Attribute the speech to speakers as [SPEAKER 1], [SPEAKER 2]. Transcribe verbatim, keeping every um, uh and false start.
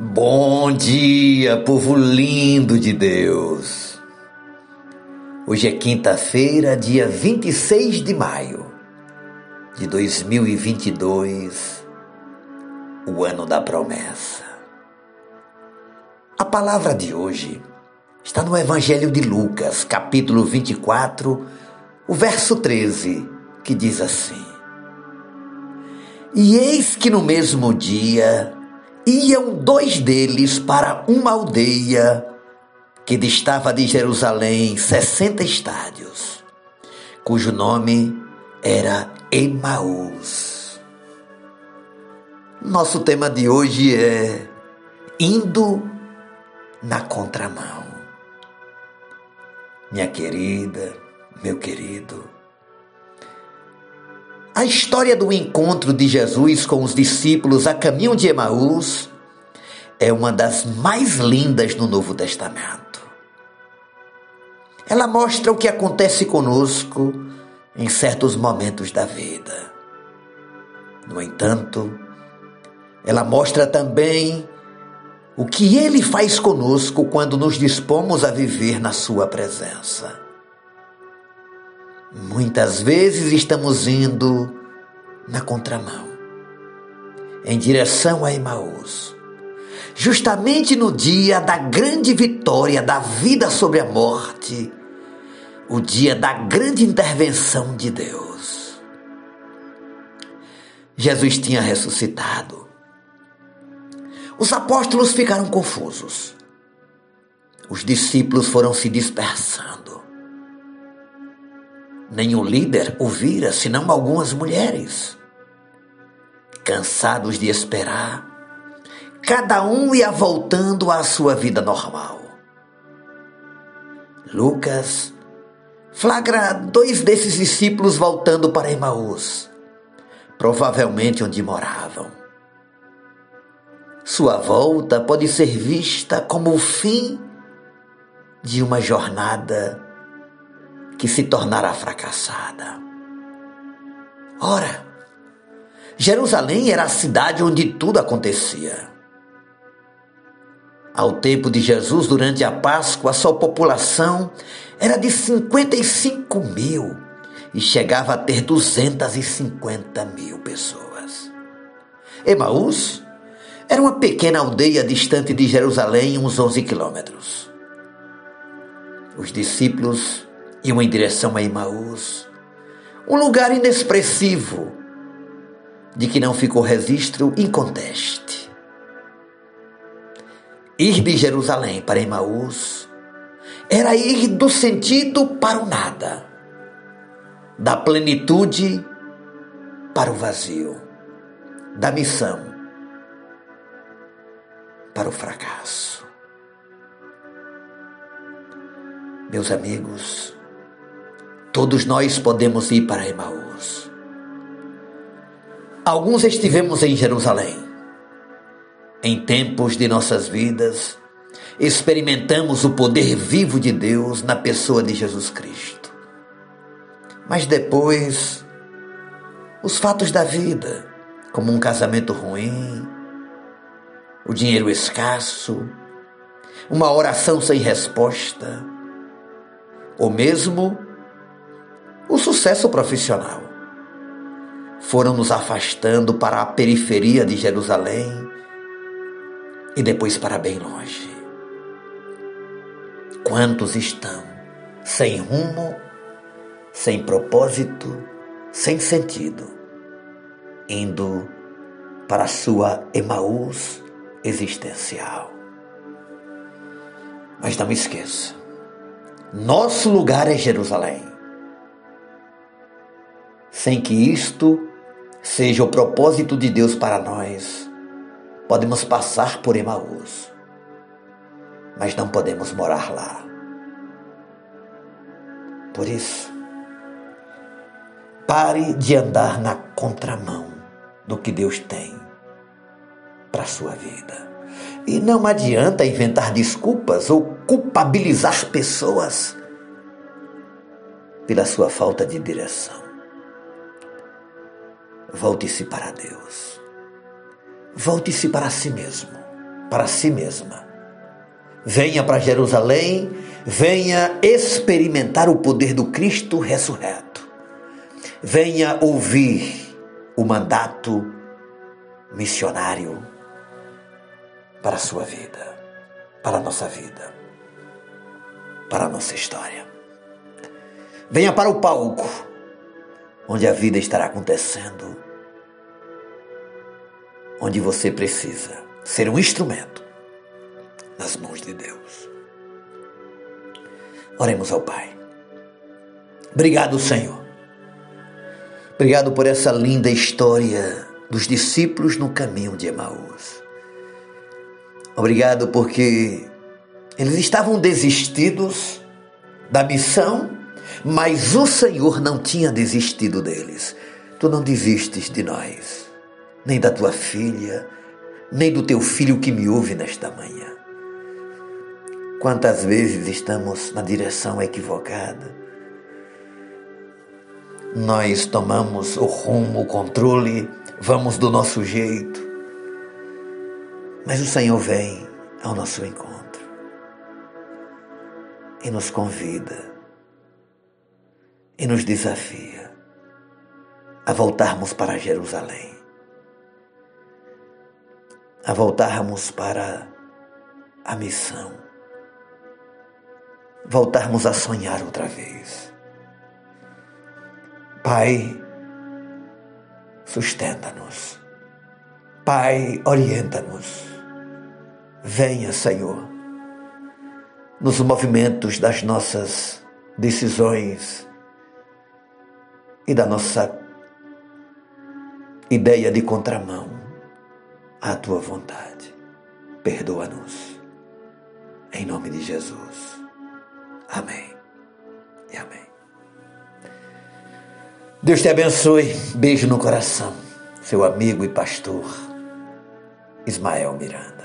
[SPEAKER 1] Bom dia, povo lindo de Deus! Hoje é quinta-feira, dia vinte e seis de maio de dois mil e vinte e dois, o ano da promessa. A palavra de hoje está no Evangelho de Lucas, capítulo vinte e quatro, o verso treze, que diz assim: E eis que no mesmo dia iam dois deles para uma aldeia que distava de Jerusalém sessenta estádios, cujo nome era Emaús. Nosso tema de hoje é indo na contramão. Minha querida, meu querido, a história do encontro de Jesus com os discípulos a caminho de Emaús é uma das mais lindas no Novo Testamento. Ela mostra o que acontece conosco em certos momentos da vida. No entanto, ela mostra também o que Ele faz conosco quando nos dispomos a viver na Sua presença. Muitas vezes estamos indo na contramão, em direção a Emaús, justamente no dia da grande vitória da vida sobre a morte, o dia da grande intervenção de Deus. Jesus tinha ressuscitado. Os apóstolos ficaram confusos. Os discípulos foram se dispersando. Nenhum líder o vira, senão algumas mulheres. Cansados de esperar, cada um ia voltando à sua vida normal. Lucas flagra dois desses discípulos voltando para Emaús, provavelmente onde moravam. Sua volta pode ser vista como o fim de uma jornada que se tornará fracassada. Ora, Jerusalém era a cidade onde tudo acontecia. Ao tempo de Jesus, durante a Páscoa, sua população era de cinquenta e cinco mil e chegava a ter duzentas e cinquenta mil pessoas. Emaús era uma pequena aldeia distante de Jerusalém, uns onze quilômetros. Os discípulos iam em direção a Emaús, um lugar inexpressivo, de que não ficou registro inconteste. Ir de Jerusalém para Emaús era ir do sentido para o nada, da plenitude para o vazio, da missão para o fracasso. Meus amigos, todos nós podemos ir para Emaús. Alguns estivemos em Jerusalém. Em tempos de nossas vidas, experimentamos o poder vivo de Deus na pessoa de Jesus Cristo. Mas depois, os fatos da vida, como um casamento ruim, o dinheiro escasso, uma oração sem resposta, ou mesmo o sucesso profissional, foram nos afastando para a periferia de Jerusalém e depois para bem longe. Quantos estão sem rumo, sem propósito, sem sentido, indo para a sua Emaús existencial? Mas não esqueça, nosso lugar é Jerusalém. Sem que isto seja o propósito de Deus para nós, podemos passar por Emaús, mas não podemos morar lá. Por isso, pare de andar na contramão do que Deus tem para a sua vida. E não adianta inventar desculpas ou culpabilizar pessoas pela sua falta de direção. Volte-se para Deus. Volte-se para si mesmo. para si mesma. Venha para Jerusalém, venha experimentar o poder do Cristo ressurreto. Venha ouvir o mandato missionário para a sua vida, para a nossa vida, para a nossa história. Venha para o palco, onde a vida estará acontecendo, onde você precisa ser um instrumento nas mãos de Deus. Oremos ao Pai. Obrigado, Senhor. Obrigado por essa linda história dos discípulos no caminho de Emaús. Obrigado porque eles estavam desistidos da missão, mas o Senhor não tinha desistido deles. Tu não desistes de nós, nem da tua filha, nem do teu filho que me ouve nesta manhã. Quantas vezes estamos na direção equivocada? Nós tomamos o rumo, o controle, vamos do nosso jeito. Mas o Senhor vem ao nosso encontro e nos convida e nos desafia a voltarmos para Jerusalém, a voltarmos para a missão, voltarmos a sonhar outra vez. Pai, sustenta-nos. Pai, orienta-nos. Venha, Senhor, nos movimentos das nossas decisões e da nossa ideia de contramão à tua vontade. Perdoa-nos. Em nome de Jesus. Amém e amém. Deus te abençoe. Beijo no coração. Seu amigo e pastor Ismael Miranda.